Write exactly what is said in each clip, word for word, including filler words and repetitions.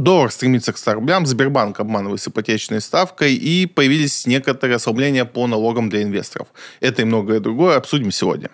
Доллар стремится к ста рублям, Сбербанк обманывает с ипотечной ставкой, и появились некоторые ослабления по налогам для инвесторов. Это и многое другое обсудим сегодня.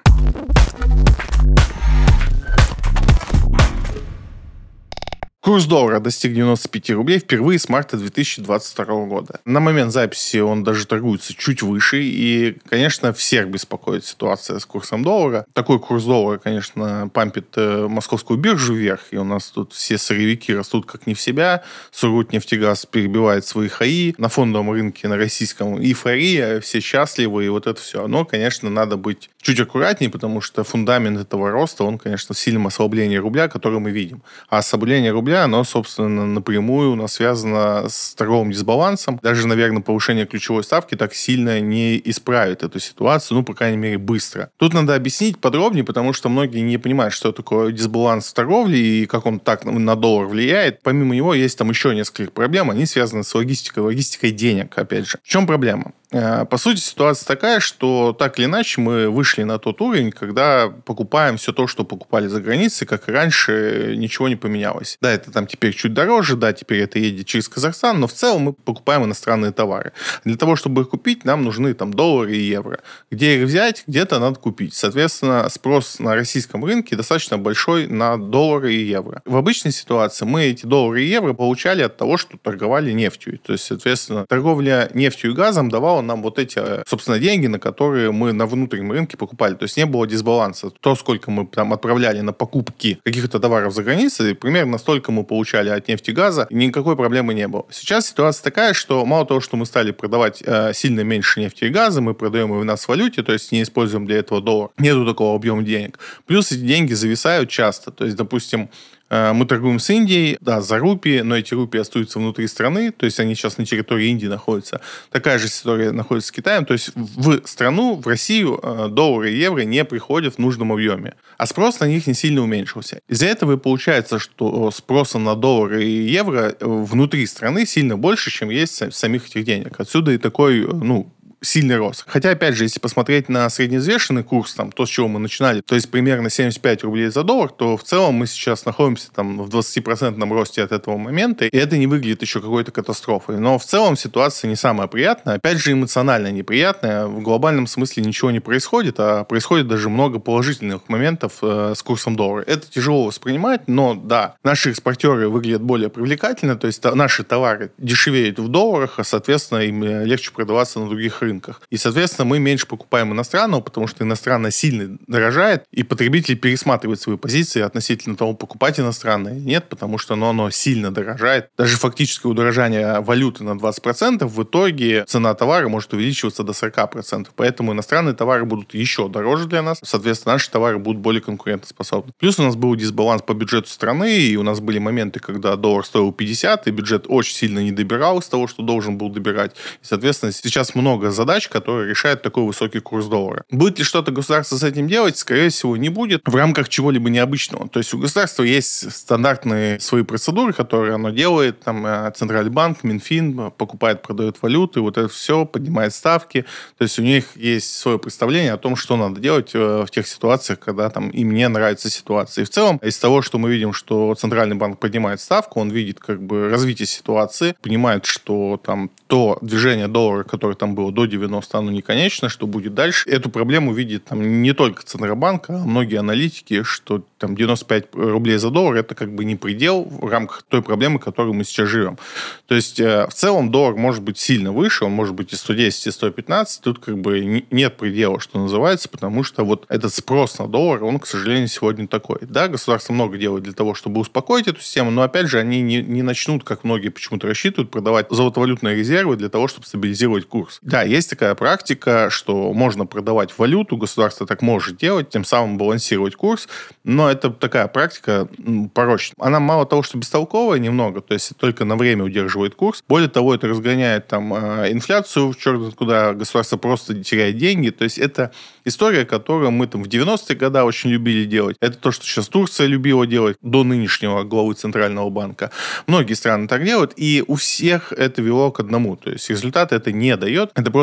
Курс доллара достиг девяноста пяти рублей впервые с марта две тысячи двадцать второго года. На момент записи он даже торгуется чуть выше, и, конечно, всех беспокоит ситуация с курсом доллара. Такой курс доллара, конечно, пампит э, московскую биржу вверх, и у нас тут все сырьевики растут как не в себя, Сургутнефтегаз перебивает свои хаи, на фондовом рынке, на российском эйфория, все счастливы, и вот это все. Но, конечно, надо быть чуть аккуратнее, потому что фундамент этого роста, он, конечно, в сильном ослаблении рубля, который мы видим. А ослабление рубля, оно, собственно, напрямую у нас связано с торговым дисбалансом. Даже, наверное, повышение ключевой ставки так сильно не исправит эту ситуацию, ну, по крайней мере, быстро. Тут надо объяснить подробнее, потому что многие не понимают, что такое дисбаланс в торговле и как он так на доллар влияет. Помимо него есть там еще несколько проблем, они связаны с логистикой, логистикой денег, опять же. В чем проблема? По сути, ситуация такая, что так или иначе мы вышли на тот уровень, когда покупаем все то, что покупали за границей, как и раньше, ничего не поменялось. Да, это там теперь чуть дороже, да, теперь это едет через Казахстан, но в целом мы покупаем иностранные товары. Для того, чтобы их купить, нам нужны там доллары и евро. Где их взять, где-то надо купить. Соответственно, спрос на российском рынке достаточно большой на доллары и евро. В обычной ситуации мы эти доллары и евро получали от того, что торговали нефтью. То есть, соответственно, торговля нефтью и газом давала нам вот эти, собственно, деньги, на которые мы на внутреннем рынке покупали. То есть не было дисбаланса. То, сколько мы там отправляли на покупки каких-то товаров за границей, примерно столько мы получали от нефти и газа, и никакой проблемы не было. Сейчас ситуация такая, что мало того, что мы стали продавать э, сильно меньше нефти и газа, мы продаем и в нас в валюте, то есть не используем для этого доллар. Нету такого объема денег. Плюс эти деньги зависают часто. То есть, допустим, мы торгуем с Индией, да, за рупии, но эти рупии остаются внутри страны, то есть они сейчас на территории Индии находятся. Такая же история находится с Китаем, то есть в страну, в Россию доллары и евро не приходят в нужном объеме, а спрос на них не сильно уменьшился. Из-за этого и получается, что спроса на доллары и евро внутри страны сильно больше, чем есть самих этих денег. Отсюда и такой, ну, сильный рост. Хотя, опять же, если посмотреть на средневзвешенный курс, там, то, с чего мы начинали, то есть примерно семьдесят пять рублей за доллар, то в целом мы сейчас находимся там в двадцатипроцентном росте от этого момента, и это не выглядит еще какой-то катастрофой. Но в целом ситуация не самая приятная, опять же, эмоционально неприятная. В глобальном смысле ничего не происходит, а происходит даже много положительных моментов э, с курсом доллара. Это тяжело воспринимать, но да, наши экспортеры выглядят более привлекательно, то есть наши товары дешевеют в долларах, а, соответственно, им легче продаваться на других рынках. рынках. И, соответственно, мы меньше покупаем иностранного, потому что иностранное сильно дорожает, и потребители пересматривают свои позиции относительно того, покупать иностранное или нет, потому что оно, оно сильно дорожает. Даже фактическое удорожание валюты на двадцать процентов, в итоге цена товара может увеличиваться до сорок процентов. Поэтому иностранные товары будут еще дороже для нас. Соответственно, наши товары будут более конкурентоспособны. Плюс у нас был дисбаланс по бюджету страны, и у нас были моменты, когда доллар стоил пятьдесят, и бюджет очень сильно не добирал из того, что должен был добирать. И, соответственно, сейчас много задач, которые решают такой высокий курс доллара. Будет ли что-то государство с этим делать? Скорее всего, не будет в рамках чего-либо необычного. То есть у государства есть стандартные свои процедуры, которые оно делает. Там Центральный банк, Минфин покупает, продает валюты, вот это все, поднимает ставки. То есть у них есть свое представление о том, что надо делать в тех ситуациях, когда там им не нравится ситуация. И в целом, из того, что мы видим, что Центральный банк поднимает ставку, он видит как бы развитие ситуации, понимает, что там то движение доллара, которое там было до девяноста, оно не конечно, что будет дальше. Эту проблему видит там не только Центробанк, а многие аналитики, что там девяносто пять рублей за доллар это как бы не предел в рамках той проблемы, в которой мы сейчас живем. То есть э, в целом доллар может быть сильно выше, он может быть и сто десять, и сто пятнадцать, тут как бы не, нет предела, что называется, потому что вот этот спрос на доллар, он, к сожалению, сегодня такой. Да, государство много делает для того, чтобы успокоить эту систему, но опять же они не, не начнут, как многие почему-то рассчитывают, продавать золотовалютные резервы для того, чтобы стабилизировать курс. Да, есть такая практика, что можно продавать валюту, государство так может делать, тем самым балансировать курс, но это такая практика порочная. Она мало того, что бестолковая немного, то есть только на время удерживает курс, более того, это разгоняет там инфляцию в черт куда, государство просто теряет деньги, то есть это история, которую мы там в девяностые годы очень любили делать. Это то, что сейчас Турция любила делать до нынешнего главы Центрального банка. Многие страны так делают, и у всех это вело к одному, то есть результаты это не дает, это просто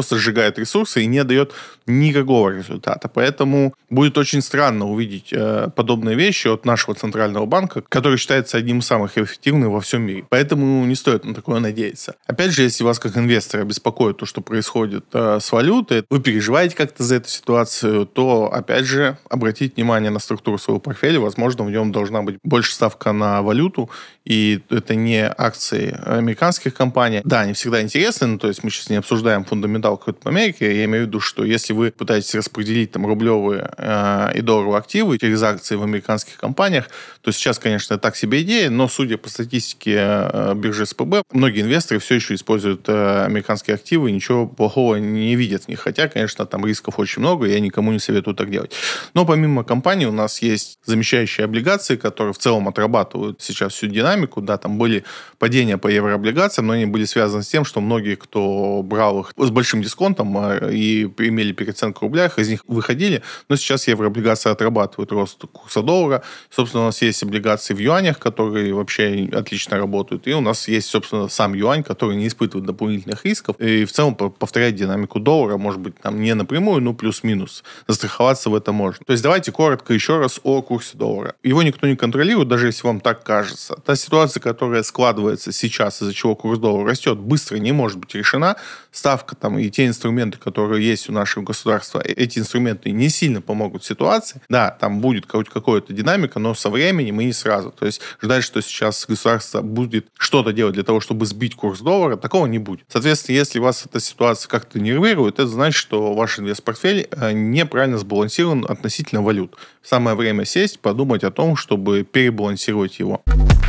просто сжигает ресурсы и не дает никакого результата. Поэтому будет очень странно увидеть э, подобные вещи от нашего центрального банка, который считается одним из самых эффективных во всем мире. Поэтому не стоит на такое надеяться. Опять же, если вас как инвестора беспокоит то, что происходит э, с валютой, вы переживаете как-то за эту ситуацию, то, опять же, обратите внимание на структуру своего портфеля. Возможно, в нем должна быть больше ставка на валюту, и это не акции американских компаний. Да, они всегда интересны, но то есть мы сейчас не обсуждаем фундаментал какой-то по Америке. Я имею в виду, что если вы пытаетесь распределить там рублевые э, и долларовые активы через акции в американских компаниях, то сейчас, конечно, так себе идея, но судя по статистике э, биржи СПБ, многие инвесторы все еще используют э, американские активы и ничего плохого не видят в них. Хотя, конечно, там рисков очень много, и я никому не советую так делать. Но помимо компаний у нас есть замещающие облигации, которые в целом отрабатывают сейчас всю динамику. Да, там были падения по еврооблигациям, но они были связаны с тем, что многие, кто брал их с большим дисконтом и имели переоценку в рублях, из них выходили. Но сейчас еврооблигации отрабатывают рост курса доллара. Собственно, у нас есть облигации в юанях, которые вообще отлично работают. И у нас есть, собственно, сам юань, который не испытывает дополнительных рисков. И в целом повторяет динамику доллара. Может быть, там не напрямую, но плюс-минус. Застраховаться в этом можно. То есть давайте коротко еще раз о курсе доллара. Его никто не контролирует, даже если вам так кажется. Та ситуация, которая складывается сейчас, из-за чего курс доллара растет, быстро не может быть решена. Ставка там и те инструменты, которые есть у нашего государства, эти инструменты не сильно помогут ситуации. Да, там будет какая-то динамика, но со временем и не сразу. То есть ждать, что сейчас государство будет что-то делать для того, чтобы сбить курс доллара, такого не будет. Соответственно, если вас эта ситуация как-то нервирует, это значит, что ваш инвестпортфель неправильно сбалансирован относительно валют. Самое время сесть, подумать о том, чтобы перебалансировать его.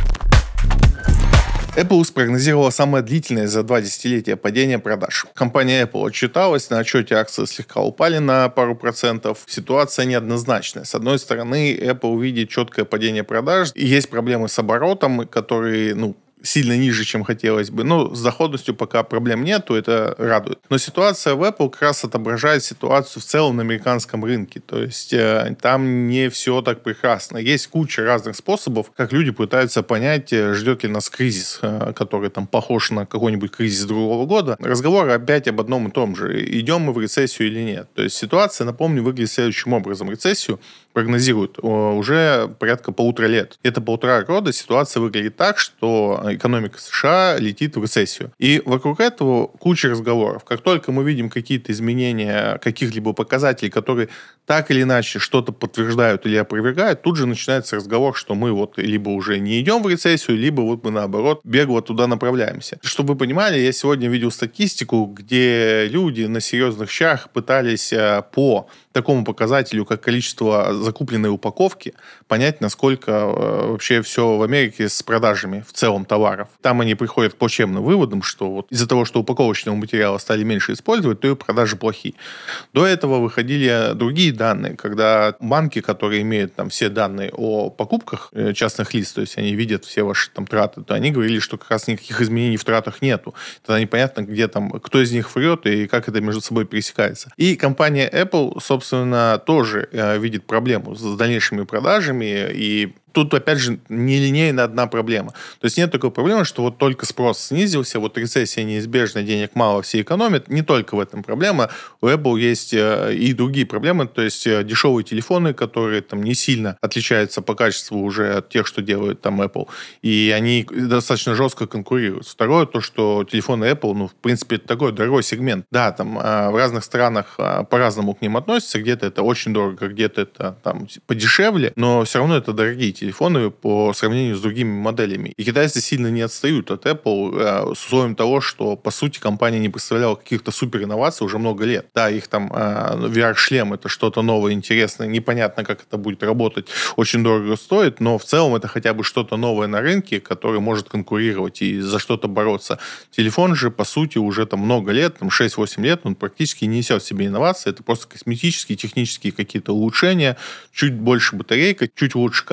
Apple спрогнозировала самое длительное за два десятилетия падение продаж. Компания Apple отчиталась, на отчете акции слегка упали на пару процентов. Ситуация неоднозначная. С одной стороны, Apple видит четкое падение продаж, и есть проблемы с оборотом, которые, ну, сильно ниже, чем хотелось бы. Но с доходностью пока проблем нету, это радует. Но ситуация в Apple как раз отображает ситуацию в целом на американском рынке. То есть э, там не все так прекрасно. Есть куча разных способов, как люди пытаются понять, ждет ли нас кризис, э, который там похож на какой-нибудь кризис другого года. Разговор опять об одном и том же. Идем мы в рецессию или нет. То есть ситуация, напомню, выглядит следующим образом. Рецессию прогнозируют уже порядка полутора лет. Это полтора года ситуация выглядит так, что экономика США летит в рецессию. И вокруг этого куча разговоров. Как только мы видим какие-то изменения каких-либо показателей, которые так или иначе что-то подтверждают или опровергают, тут же начинается разговор, что мы вот либо уже не идем в рецессию, либо вот мы наоборот бегло туда направляемся. Чтобы вы понимали, я сегодня видел статистику, где люди на серьезных щах пытались по такому показателю, как количество закупленной упаковки, понять, насколько э, вообще все в Америке с продажами в целом товаров. Там они приходят к плачевным выводам, что вот из-за того, что упаковочного материала стали меньше использовать, то и продажи плохие. До этого выходили другие данные, когда банки, которые имеют там все данные о покупках э, частных лиц, то есть они видят все ваши там траты, то они говорили, что как раз никаких изменений в тратах нету. Тогда непонятно, где там, кто из них врет и как это между собой пересекается. И компания Apple, собственно, собственно, тоже э, видит проблему с дальнейшими продажами, и тут, опять же, нелинейно одна проблема. То есть нет такой проблемы, что вот только спрос снизился, вот рецессия неизбежна, денег мало, все экономят. Не только в этом проблема. У Apple есть э, и другие проблемы, то есть э, дешевые телефоны, которые там не сильно отличаются по качеству уже от тех, что делает там Apple. И они достаточно жестко конкурируют. Второе, то, что телефоны Apple, ну, в принципе, это такой дорогой сегмент. Да, там э, в разных странах э, по-разному к ним относятся. Где-то это очень дорого, где-то это там подешевле, но все равно это дорогие телефоны. телефоны по сравнению с другими моделями. И китайцы сильно не отстают от Apple э, с условием того, что, по сути, компания не представляла каких-то супер инноваций уже много лет. Да, их там э, ви ар-шлем — это что-то новое, интересное, непонятно, как это будет работать, очень дорого стоит, но в целом это хотя бы что-то новое на рынке, которое может конкурировать и за что-то бороться. Телефон же, по сути, уже там много лет, там шесть-восемь лет, он практически не несет в себе инновации, это просто косметические, технические какие-то улучшения, чуть больше батарейка, чуть лучше камера,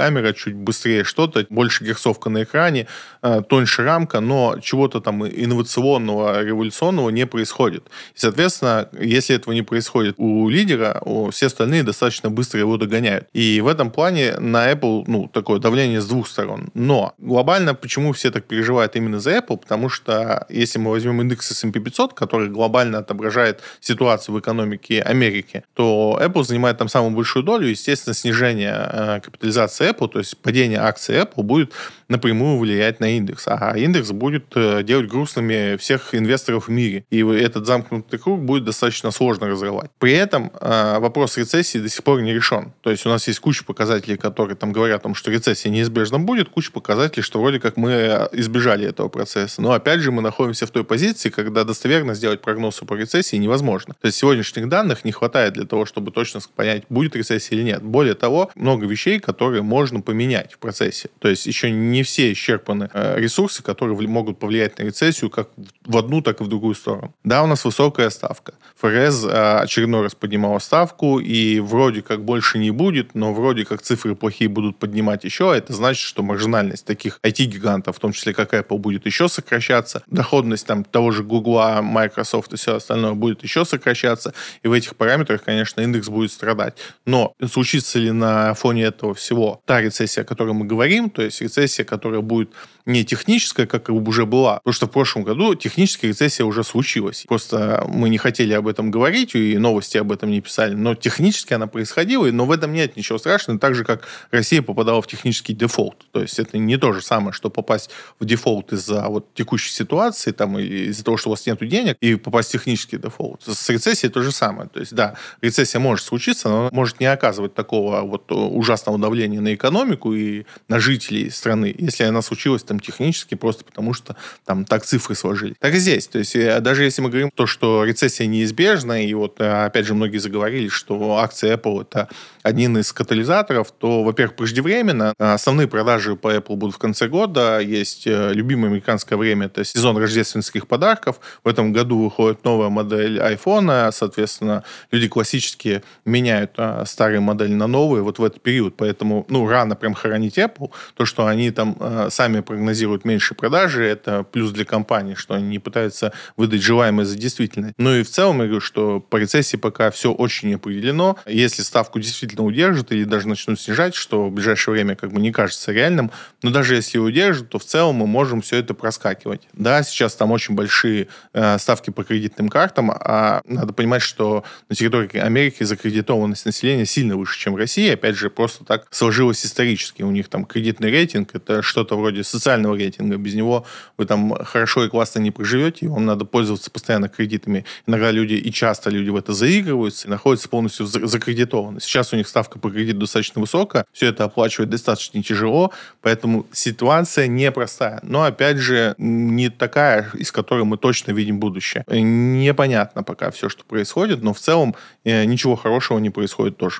чуть быстрее что-то, больше герцовка на экране, э, тоньше рамка, но чего-то там инновационного, революционного не происходит. И, соответственно, если этого не происходит у лидера, у, все остальные достаточно быстро его догоняют. И в этом плане на Apple, ну, такое давление с двух сторон. Но глобально, почему все так переживают именно за Apple? Потому что если мы возьмем индекс эс энд пи пятьсот, который глобально отображает ситуацию в экономике Америки, то Apple занимает там самую большую долю. Естественно, снижение э, капитализации Apple, то есть падение акций Apple будет напрямую влиять на индекс. А индекс будет э, делать грустными всех инвесторов в мире. И этот замкнутый круг будет достаточно сложно разрывать. При этом э, вопрос рецессии до сих пор не решен. То есть у нас есть куча показателей, которые там говорят о том, что рецессия неизбежно будет, куча показателей, что вроде как мы избежали этого процесса. Но опять же мы находимся в той позиции, когда достоверно сделать прогноз по рецессии невозможно. То есть сегодняшних данных не хватает для того, чтобы точно понять, будет рецессия или нет. Более того, много вещей, которые можно поменять в процессе. То есть еще не все исчерпаны э, ресурсы, которые могут повлиять на рецессию как в одну, так и в другую сторону. Да, у нас высокая ставка. эф эр эс э, очередной раз поднимала ставку, и вроде как больше не будет, но вроде как цифры плохие будут поднимать еще. Это значит, что маржинальность таких ай ти-гигантов, в том числе как Apple, будет еще сокращаться. Доходность там того же Google, Microsoft и все остальное будет еще сокращаться. И в этих параметрах, конечно, индекс будет страдать. Но случится ли на фоне этого всего та рецессия, о которой мы говорим, то есть рецессия, которая будет не техническая, как уже была, потому что в прошлом году техническая рецессия уже случилась. Просто мы не хотели об этом говорить, и новости об этом не писали, но технически она происходила, но в этом нет ничего страшного, так же, как Россия попадала в технический дефолт. То есть это не то же самое, что попасть в дефолт из-за вот текущей ситуации, там, или из-за того, что у вас нет денег, и попасть в технический дефолт. С рецессией то же самое. То есть, да, рецессия может случиться, но она может не оказывать такого вот ужасного давления на экономику и на жителей страны, если она случилась там технически, просто потому что там так цифры сложились. Так и здесь. То есть, даже если мы говорим то, что рецессия неизбежна, и вот, опять же, многие заговорили, что акции Apple это один из катализаторов, то, во-первых, преждевременно. Основные продажи по Apple будут в конце года. Есть любимое американское время, это сезон рождественских подарков. В этом году выходит новая модель iPhone, соответственно, люди классические меняют а, старые модели на новые вот в этот период, поэтому, ну, рано прям хоронить Apple. То, что они там а, сами прогнозируют меньше продажи, это плюс для компании, что они не пытаются выдать желаемое за действительность. Ну и в целом, я говорю, что по рецессии пока все очень неопределено. Если ставку действительно удержат или даже начнут снижать, что в ближайшее время как бы не кажется реальным, но даже если удержат, то в целом мы можем все это проскакивать. Да, сейчас там очень большие э, ставки по кредитным картам, а надо понимать, что на территории Америки закредитованность населения сильно выше, чем в России. Опять же, просто так сложилось исторически. У них там кредитный рейтинг, это что-то вроде социального рейтинга. Без него вы там хорошо и классно не проживете, и вам надо пользоваться постоянно кредитами. Иногда люди, и часто люди в это заигрываются, и находятся полностью закредитованы. Сейчас у них ставка по кредиту достаточно высокая, все это оплачивать достаточно тяжело, поэтому ситуация непростая. Но, опять же, не такая, из которой мы точно видим будущее. Непонятно пока все, что происходит, но в целом э, ничего хорошего не происходит тоже.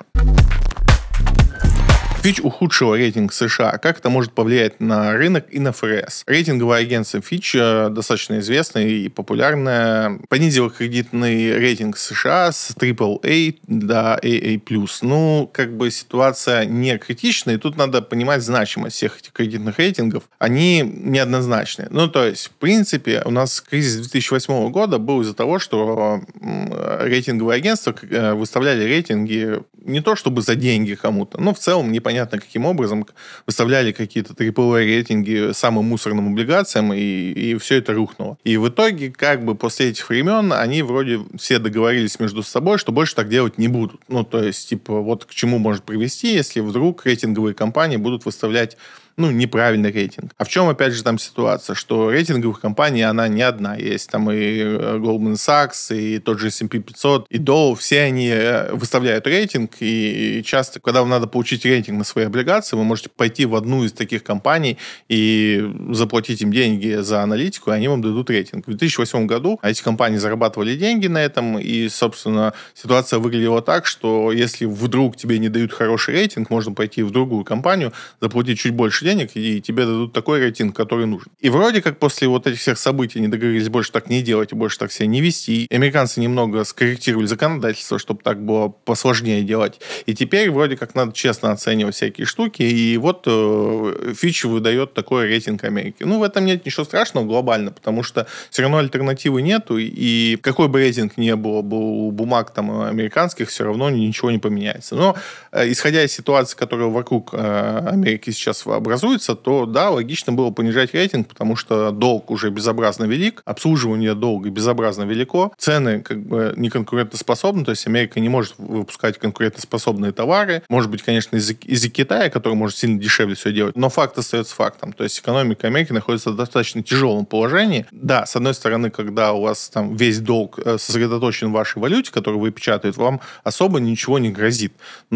Fitch ухудшила рейтинг США. Как это может повлиять на рынок и на эф эр эс? Рейтинговое агентство Fitch, достаточно известное и популярное, понизило кредитный рейтинг США с трипл эй до эй эй плюс. Ну, как бы ситуация не критичная, и тут надо понимать значимость всех этих кредитных рейтингов. Они неоднозначные. Ну, то есть, в принципе, у нас кризис две тысячи восьмого года был из-за того, что рейтинговые агентства выставляли рейтинги не то чтобы за деньги кому-то, но в целом непонятно каким образом выставляли какие-то трипл эй рейтинги самым мусорным облигациям, и, и все это рухнуло. И в итоге, как бы после этих времен, они вроде все договорились между собой, что больше так делать не будут. Ну, то есть, типа, вот к чему может привести, если вдруг рейтинговые компании будут выставлять ну, неправильный рейтинг. А в чем, опять же, там ситуация? Что рейтинговых компаний, она не одна. Есть там и Goldman Sachs, и тот же эс энд пи пятьсот, и Dow. Все они выставляют рейтинг, и часто, когда вам надо получить рейтинг на свои облигации, вы можете пойти в одну из таких компаний и заплатить им деньги за аналитику, и они вам дадут рейтинг. В две тысячи восьмом году эти компании зарабатывали деньги на этом, и, собственно, ситуация выглядела так, что если вдруг тебе не дают хороший рейтинг, можно пойти в другую компанию, заплатить чуть больше денег, и тебе дадут такой рейтинг, который нужен. И вроде как после вот этих всех событий они договорились больше так не делать и больше так себя не вести. Американцы немного скорректировали законодательство, чтобы так было посложнее делать. И теперь вроде как надо честно оценивать всякие штуки, и вот э, Fitch выдает такой рейтинг Америки. Ну, в этом нет ничего страшного глобально, потому что все равно альтернативы нету, и какой бы рейтинг ни было бы у бумаг там американских, все равно ничего не поменяется. Но э, исходя из ситуации, которая вокруг э, Америки сейчас образуется, то да, логично было понижать рейтинг, потому что долг уже безобразно велик, обслуживание долга безобразно велико, цены как бы не конкурентоспособны, то есть Америка не может выпускать конкурентоспособные товары, может быть, конечно, из-за, из-за Китая, который может сильно дешевле все делать, но факт остается фактом, то есть экономика Америки находится в достаточно тяжелом положении. Да, с одной стороны, когда у вас там весь долг сосредоточен в вашей валюте, которую вы печатаете, вам особо ничего не грозит,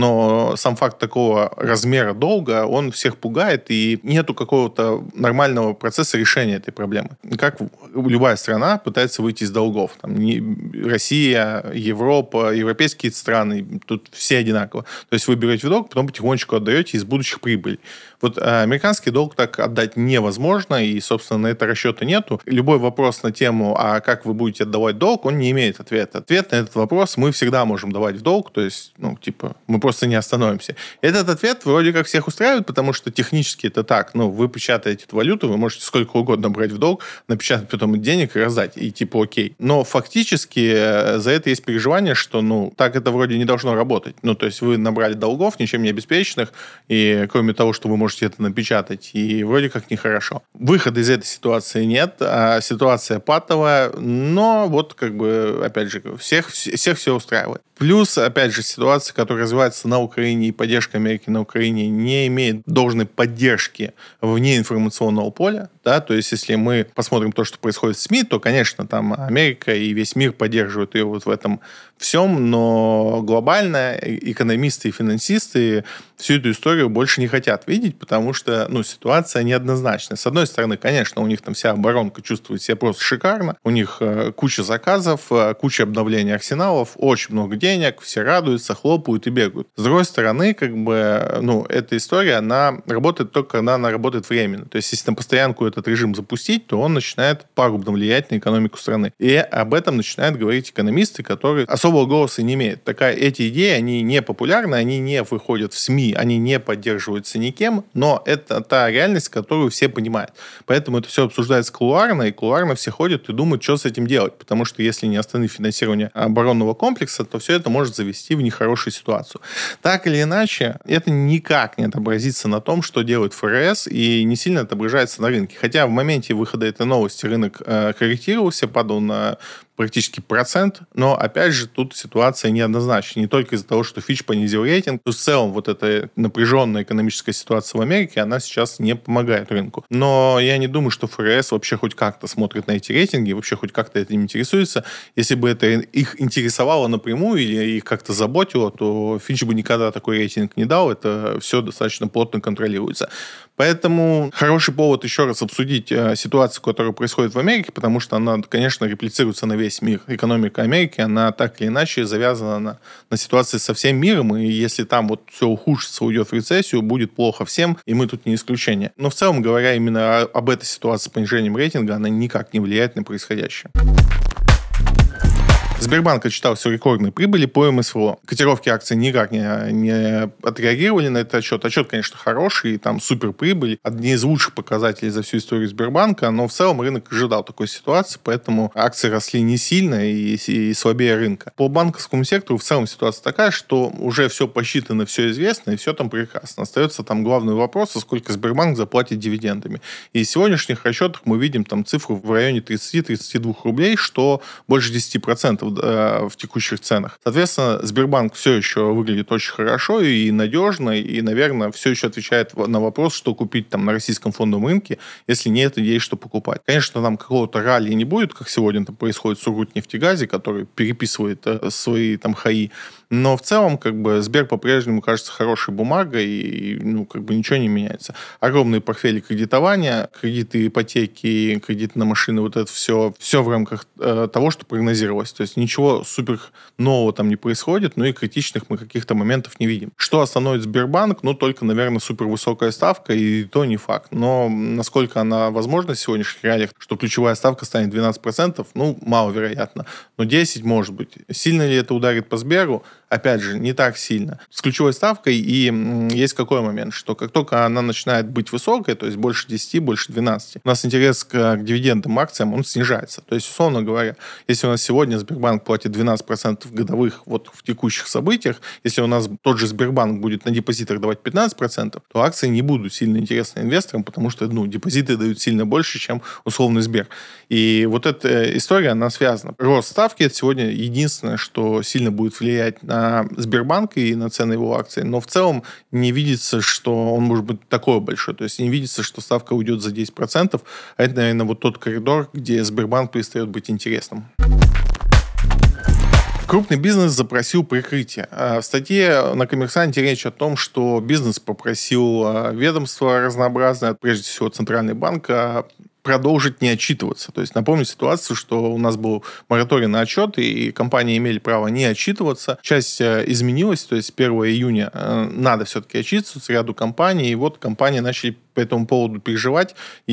но сам факт такого размера долга, он всех пугает, и нету какого-то нормального процесса решения этой проблемы. Как любая страна пытается выйти из долгов. Там, не, Россия, Европа, европейские страны, тут все одинаково. То есть вы берете долг, потом потихонечку отдаете из будущих прибылей. Вот а, американский долг так отдать невозможно, и, собственно, на это расчета нету. Любой вопрос на тему, а как вы будете отдавать долг, он не имеет ответа. Ответ на этот вопрос мы всегда можем давать в долг, то есть, ну, типа, мы просто не остановимся. Этот ответ вроде как всех устраивает, потому что технически это так. Ну, вы печатаете эту валюту, вы можете сколько угодно брать в долг, напечатать потом денег и раздать, и типа окей. Но фактически за это есть переживание, что, ну, так это вроде не должно работать. Ну, то есть вы набрали долгов, ничем не обеспеченных, и кроме того, что вы можете это напечатать, и вроде как нехорошо. Выхода из этой ситуации нет, а ситуация патовая, но вот как бы, опять же, всех, всех все устраивает. Плюс, опять же, ситуация, которая развивается на Украине, и поддержка Америки на Украине не имеет должной поддержки вне информационного поля. Да? То есть, если мы посмотрим то, что происходит в СМИ, то, конечно, там Америка и весь мир поддерживают ее вот в этом всем, но глобально экономисты и финансисты всю эту историю больше не хотят видеть, потому что, ну, ситуация неоднозначная. С одной стороны, конечно, у них там вся оборонка чувствует себя просто шикарно, у них э, куча заказов, э, куча обновлений арсеналов, очень много денег, все радуются, хлопают и бегают. С другой стороны, как бы, ну, эта история, она работает только, когда она работает временно. То есть, если на постоянку этот режим запустить, то он начинает пагубно влиять на экономику страны. И об этом начинают говорить экономисты, которые особого голоса не имеют. Такая, эти идеи, они не популярны, они не выходят в СМИ, они не поддерживаются никем, но это та реальность, которую все понимают. Поэтому это все обсуждается кулуарно, и кулуарно все ходят и думают, что с этим делать. Потому что если не остановить финансирование оборонного комплекса, то все это может завести в нехорошую ситуацию. Так или иначе, это никак не отобразится на том, что делает ФРС, и не сильно отображается на рынке. Хотя в моменте выхода этой новости рынок э, корректировался, падал на практически процент, но, опять же, тут ситуация неоднозначна. Не только из-за того, что Fitch понизил рейтинг, то в целом вот эта напряженная экономическая ситуация в Америке, она сейчас не помогает рынку. Но я не думаю, что ФРС вообще хоть как-то смотрит на эти рейтинги, вообще хоть как-то этим интересуется. Если бы это их интересовало напрямую или их как-то заботило, то Fitch бы никогда такой рейтинг не дал. Это все достаточно плотно контролируется. Поэтому хороший повод еще раз обсудить э, ситуацию, которая происходит в Америке, потому что она, конечно, реплицируется на весь мир. Экономика Америки, она так или иначе завязана на, на ситуации со всем миром, и если там вот все ухудшится, уйдет в рецессию, будет плохо всем, и мы тут не исключение. Но в целом, говоря именно об этой ситуации с понижением рейтинга, она никак не влияет на происходящее. Сбербанк отчитал все рекордные прибыли по эм эс эф о. Котировки акций никак не, не отреагировали на этот отчет. Отчет, конечно, хороший, там супер прибыль, одни из лучших показателей за всю историю Сбербанка, но в целом рынок ожидал такой ситуации, поэтому акции росли не сильно и, и слабее рынка. По банковскому сектору в целом ситуация такая, что уже все посчитано, все известно, и все там прекрасно. Остается там главный вопрос, сколько Сбербанк заплатит дивидендами. И из сегодняшних расчетов мы видим там цифру в районе тридцать-тридцать два рублей, что больше десять процентов в текущих ценах. Соответственно, Сбербанк все еще выглядит очень хорошо и надежно, и, наверное, все еще отвечает на вопрос, что купить там на российском фондовом рынке, если нет идей, что покупать. Конечно, там какого-то ралли не будет, как сегодня там происходит с Сургутнефтегазе, который переписывает свои там хаи, Но в целом, как бы, Сбер по-прежнему кажется хорошей бумагой, и, ну, как бы ничего не меняется. Огромные портфели кредитования, кредиты ипотеки, кредиты на машины, вот это все, все в рамках э, того, что прогнозировалось. То есть ничего супер нового там не происходит, но и критичных мы каких-то моментов не видим. Что остановит Сбербанк? Ну, только, наверное, супервысокая ставка, и то не факт. Но насколько она возможна в сегодняшних реалиях, что ключевая ставка станет двенадцать процентов, ну, маловероятно. Но десять может быть. Сильно ли это ударит по Сберу? Опять же, не так сильно. С ключевой ставкой и м, есть какой момент, что как только она начинает быть высокой, то есть больше десяти, больше двенадцати, у нас интерес к, к дивидендам, акциям, он снижается. То есть, условно говоря, если у нас сегодня Сбербанк платит двенадцать процентов годовых вот в текущих событиях, если у нас тот же Сбербанк будет на депозитах давать пятнадцать процентов, то акции не будут сильно интересны инвесторам, потому что, ну, депозиты дают сильно больше, чем условный Сбер. И вот эта история, она связана. Рост ставки — это сегодня единственное, что сильно будет влиять на Сбербанк и на цены его акций, но в целом не видится, что он может быть такой большой. То есть не видится, что ставка уйдет за десять процентов. А это, наверное, вот тот коридор, где Сбербанк перестает быть интересным. Крупный бизнес запросил прикрытие. В статье на «Коммерсанте» речь о том, что бизнес попросил ведомства разнообразные, прежде всего Центральный банк, продолжить не отчитываться. То есть напомню ситуацию, что у нас был мораторий на отчет, и компании имели право не отчитываться. Часть изменилась, то есть с первого июня надо все-таки отчитываться ряду компаний, и вот компании начали по этому поводу переживать,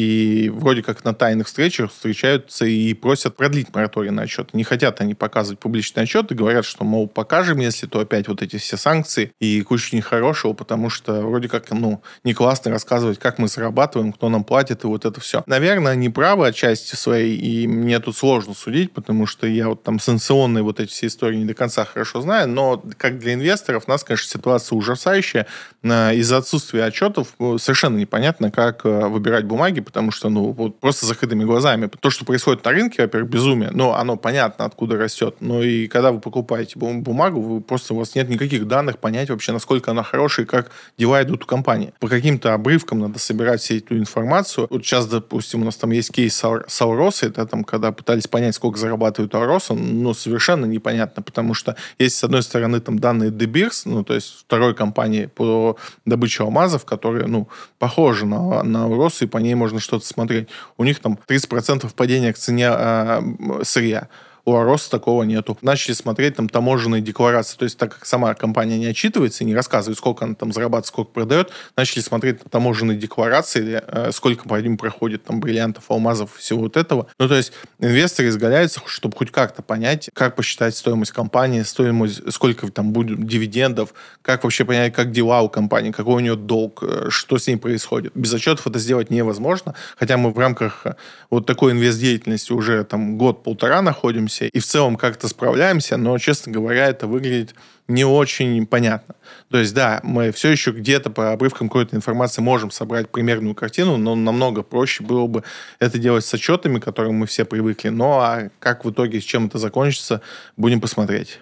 и вроде как на тайных встречах встречаются и просят продлить мораторий на отчет. Не хотят они показывать публичный отчет и говорят, что, мол, покажем, если то опять вот эти все санкции и куча нехорошего, потому что вроде как, ну, не классно рассказывать, как мы зарабатываем, кто нам платит и вот это все. Наверное, они правы отчасти своей, и мне тут сложно судить, потому что я вот там санкционные вот эти все истории не до конца хорошо знаю, но как для инвесторов у нас, конечно, ситуация ужасающая. Из-за отсутствия отчетов совершенно непонятно, как выбирать бумаги, потому что, ну, вот просто закрытыми глазами. То, что происходит на рынке, во-первых, безумие, но оно понятно, откуда растет. Но и когда вы покупаете бумагу, вы просто, у вас нет никаких данных понять вообще, насколько она хорошая и как дела идут у компании. По каким-то обрывкам надо собирать всю эту информацию. Вот сейчас, допустим, у нас там есть кейс с Алроса, это там, когда пытались понять, сколько зарабатывает Алроса, ну, совершенно непонятно, потому что есть, с одной стороны, там данные De Beers, ну, то есть второй компании по добыче алмазов, которые, ну, похожи на, на Алрос, и по ней можно что-то смотреть. У них там тридцать процентов падения к цене э, сырья. У Алроса такого нету. Начали смотреть там таможенные декларации. То есть, так как сама компания не отчитывается и не рассказывает, сколько она там зарабатывает, сколько продает, начали смотреть на таможенные декларации, э, сколько по ним проходит там бриллиантов, алмазов, всего вот этого. Ну, то есть, инвесторы изгаляются, чтобы хоть как-то понять, как посчитать стоимость компании, стоимость, сколько там будет дивидендов, как вообще понять, как дела у компании, какой у нее долг, что с ней происходит. Без отчетов это сделать невозможно, хотя мы в рамках вот такой инвестдеятельности уже там год-полтора находимся, и в целом как-то справляемся, но, честно говоря, это выглядит не очень понятно. То есть, да, мы все еще где-то по обрывкам какой-то информации можем собрать примерную картину, но намного проще было бы это делать с отчетами, к которым мы все привыкли. Ну, а как в итоге, с чем это закончится, будем посмотреть.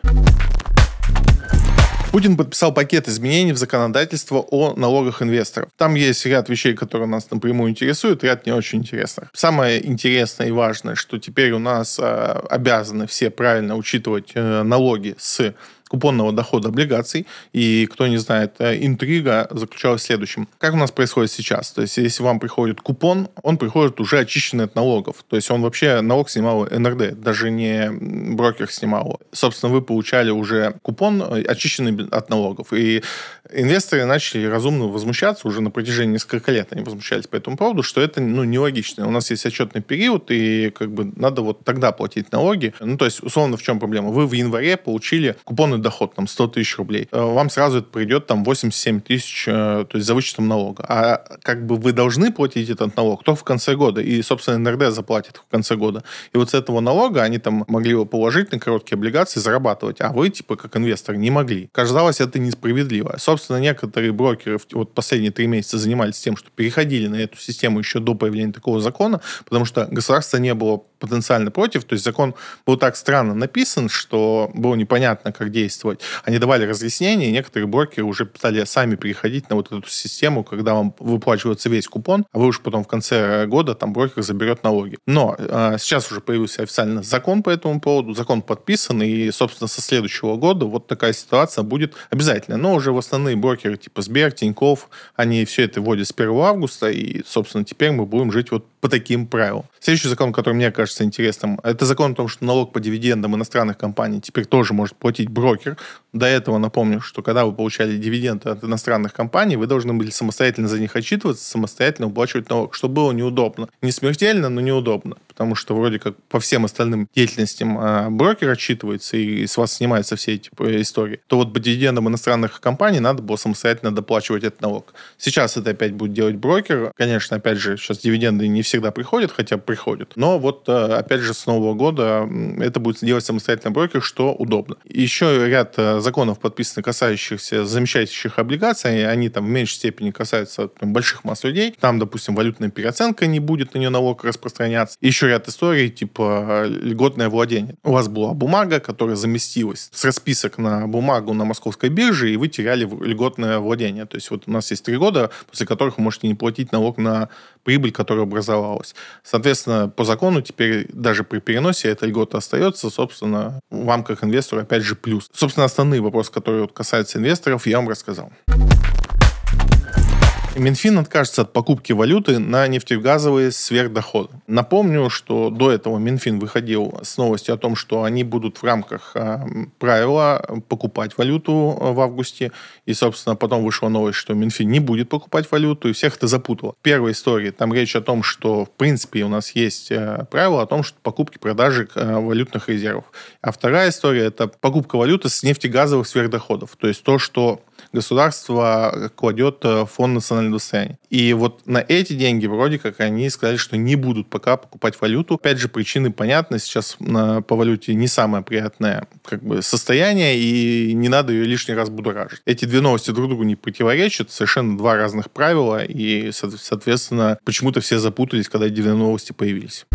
Путин подписал пакет изменений в законодательство о налогах инвесторов. Там есть ряд вещей, которые нас напрямую интересуют, ряд не очень интересных. Самое интересное и важное, что теперь у нас э, обязаны все правильно учитывать э, налоги с купонного дохода облигаций. И, кто не знает, интрига заключалась в следующем. Как у нас происходит сейчас? То есть, если вам приходит купон, он приходит уже очищенный от налогов. То есть, он вообще налог снимал эн эр дэ, даже не брокер снимал. Собственно, вы получали уже купон, очищенный от налогов. И инвесторы начали разумно возмущаться уже на протяжении нескольких лет. Они возмущались по этому поводу, что это, ну, нелогично. У нас есть отчетный период, и как бы надо вот тогда платить налоги. Ну, то есть, условно, в чем проблема? Вы в январе получили купонный доход, там, сто тысяч рублей. Вам сразу это придет, там, восемьдесят семь тысяч, то есть, за вычетом налога. А как бы вы должны платить этот налог только в конце года. И, собственно, эн эр дэ заплатит в конце года. И вот с этого налога они там могли его положить на короткие облигации, зарабатывать. А вы, типа, как инвестор, не могли. Казалось, это несправедливо. Собственно, некоторые брокеры вот последние три месяца занимались тем, что переходили на эту систему еще до появления такого закона, потому что государство не было потенциально против. То есть закон был так странно написан, что было непонятно, как действовать. Они давали разъяснения, и некоторые брокеры уже стали сами переходить на вот эту систему, когда вам выплачивается весь купон, а вы уже потом в конце года там брокер заберет налоги. Но э, сейчас уже появился официально закон по этому поводу, закон подписан, и, собственно, со следующего года вот такая ситуация будет обязательно. Но уже в основные брокеры типа Сбер, Тинькофф, они все это вводят с первого августа, и, собственно, теперь мы будем жить вот по таким правилам. Следующий закон, который мне кажется интересным, это закон о том, что налог по дивидендам иностранных компаний теперь тоже может платить брокер. До этого напомню, что когда вы получали дивиденды от иностранных компаний, вы должны были самостоятельно за них отчитываться, самостоятельно уплачивать налог, что было неудобно. Не смертельно, но неудобно, потому что вроде как по всем остальным деятельностям а, брокер отчитывается и с вас снимаются все эти истории. То вот по дивидендам иностранных компаний надо было самостоятельно доплачивать этот налог. Сейчас это опять будет делать брокер. Конечно, опять же, сейчас дивиденды не всегда приходят, хотя приходят. Но вот, опять же, с нового года это будет делать самостоятельно брокер, что удобно. Еще ряд законов подписаны, касающихся замещающих облигаций. Они там в меньшей степени касаются там, больших масс людей. Там, допустим, валютная переоценка не будет на нее налог распространяться. Еще ряд историй, типа льготное владение. У вас была бумага, которая заместилась с расписок на бумагу на московской бирже, и вы теряли льготное владение. То есть вот у нас есть три года, после которых вы можете не платить налог на прибыль, которая образовалась. Соответственно, по закону теперь даже при переносе эта льгота остается. Собственно, вам как инвестору опять же плюс. Собственно, основные вопросы, которые вот касаются инвесторов, я вам рассказал. Минфин откажется от покупки валюты на нефтегазовые сверхдоходы. Напомню, что до этого Минфин выходил с новостью о том, что они будут в рамках э, правила покупать валюту в августе. И, собственно, потом вышла новость, что Минфин не будет покупать валюту, и всех это запутало. В первой истории там речь о том, что, в принципе, у нас есть э, правило о том, что покупки, продажи э, валютных резервов. А вторая история – это покупка валюты с нефтегазовых сверхдоходов. То есть то, что государство кладет в фонд национального достояния. И вот на эти деньги вроде как они сказали, что не будут пока покупать валюту. Опять же, причины понятны. Сейчас на, по валюте не самое приятное как бы, состояние, и не надо ее лишний раз будоражить. Эти две новости друг другу не противоречат. Совершенно два разных правила. И, соответственно, почему-то все запутались, когда эти две новости появились.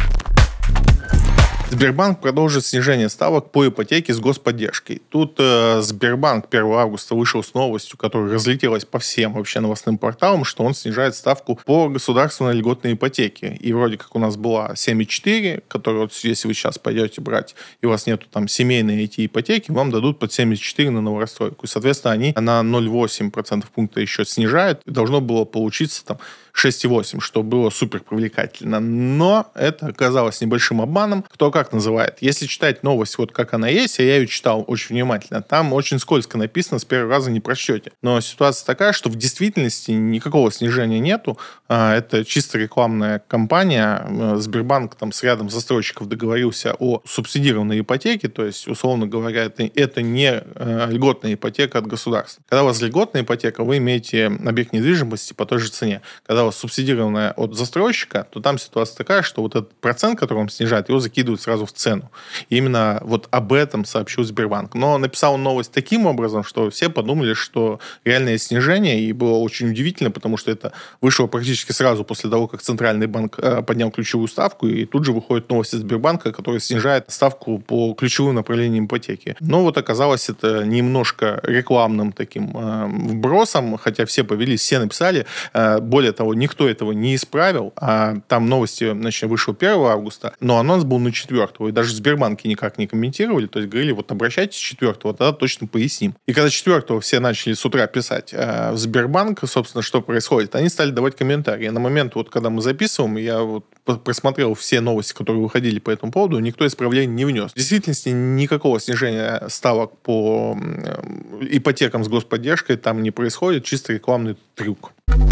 Сбербанк продолжит снижение ставок по ипотеке с господдержкой. Тут э, Сбербанк первого августа вышел с новостью, которая разлетелась по всем вообще новостным порталам, что он снижает ставку по государственной льготной ипотеке. И вроде как у нас была семь и четыре, которую вот если вы сейчас пойдете брать, и у вас нету там семейной эти ипотеки, вам дадут под семь и четыре на новостройку. И, соответственно, они на ноль целых восемь десятых процента пункта еще снижают. И должно было получиться там шесть и восемь, что было супер привлекательно. Но это оказалось небольшим обманом. Кто как называет. Если читать новость вот как она есть, а я ее читал очень внимательно, там очень скользко написано, с первого раза не прочтете. Но ситуация такая, что в действительности никакого снижения нету. Это чисто рекламная кампания. Сбербанк там с рядом застройщиков договорился о субсидированной ипотеке, то есть, условно говоря, это, это не льготная ипотека от государства. Когда у вас льготная ипотека, вы имеете объект недвижимости по той же цене. Когда у вас субсидированная от застройщика, то там ситуация такая, что вот этот процент, который он снижает, его закидывают сразу в цену. И именно вот об этом сообщил Сбербанк. Но написал он новость таким образом, что все подумали, что реальное снижение, и было очень удивительно, потому что это вышло практически сразу после того, как Центральный банк э, поднял ключевую ставку, и тут же выходит новость из Сбербанка, которая снижает ставку по ключевым направлениям ипотеки. Но вот оказалось это немножко рекламным таким э, вбросом, хотя все повелись, все написали. Э, более того, никто этого не исправил. А там новости, значит, вышло первого августа, но анонс был на четвёртого. И даже в Сбербанке никак не комментировали. То есть говорили, вот обращайтесь четвёртого, тогда точно поясним. И когда четвёртого все начали с утра писать э, в Сбербанк, собственно, что происходит, они стали давать комментарии. На момент, вот, когда мы записываем, я вот просмотрел все новости, которые выходили по этому поводу, никто исправлений не внес. В действительности никакого снижения ставок по ипотекам с господдержкой там не происходит. Чисто рекламный трюк.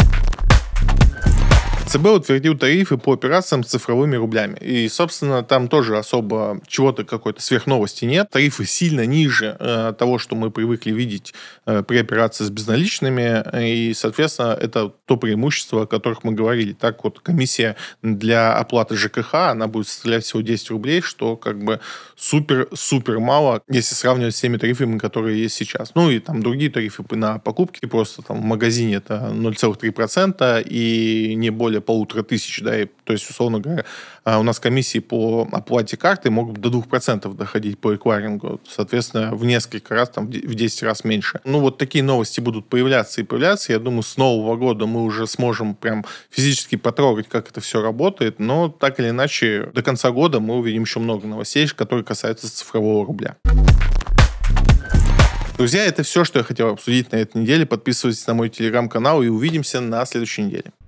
ЦБ утвердил тарифы по операциям с цифровыми рублями. И, собственно, там тоже особо чего-то какой-то сверхновости нет. Тарифы сильно ниже э, того, что мы привыкли видеть э, при операции с безналичными. И, соответственно, это то преимущество, о которых мы говорили. Так вот, комиссия для оплаты ЖКХ, она будет составлять всего десять рублей, что как бы супер-супер мало, если сравнивать с теми тарифами, которые есть сейчас. Ну и там другие тарифы на покупки, просто там в магазине это ноль целых три десятых процента и не более более полутора тысяч, да, и, то есть, условно говоря, у нас комиссии по оплате карты могут до двух процентов доходить по эквайрингу, соответственно, в несколько раз, там, в десять раз меньше. Ну, вот такие новости будут появляться и появляться. Я думаю, с нового года мы уже сможем прям физически потрогать, как это все работает, но так или иначе, до конца года мы увидим еще много новостей, которые касаются цифрового рубля. Друзья, это все, что я хотел обсудить на этой неделе. Подписывайтесь на мой телеграм-канал и увидимся на следующей неделе.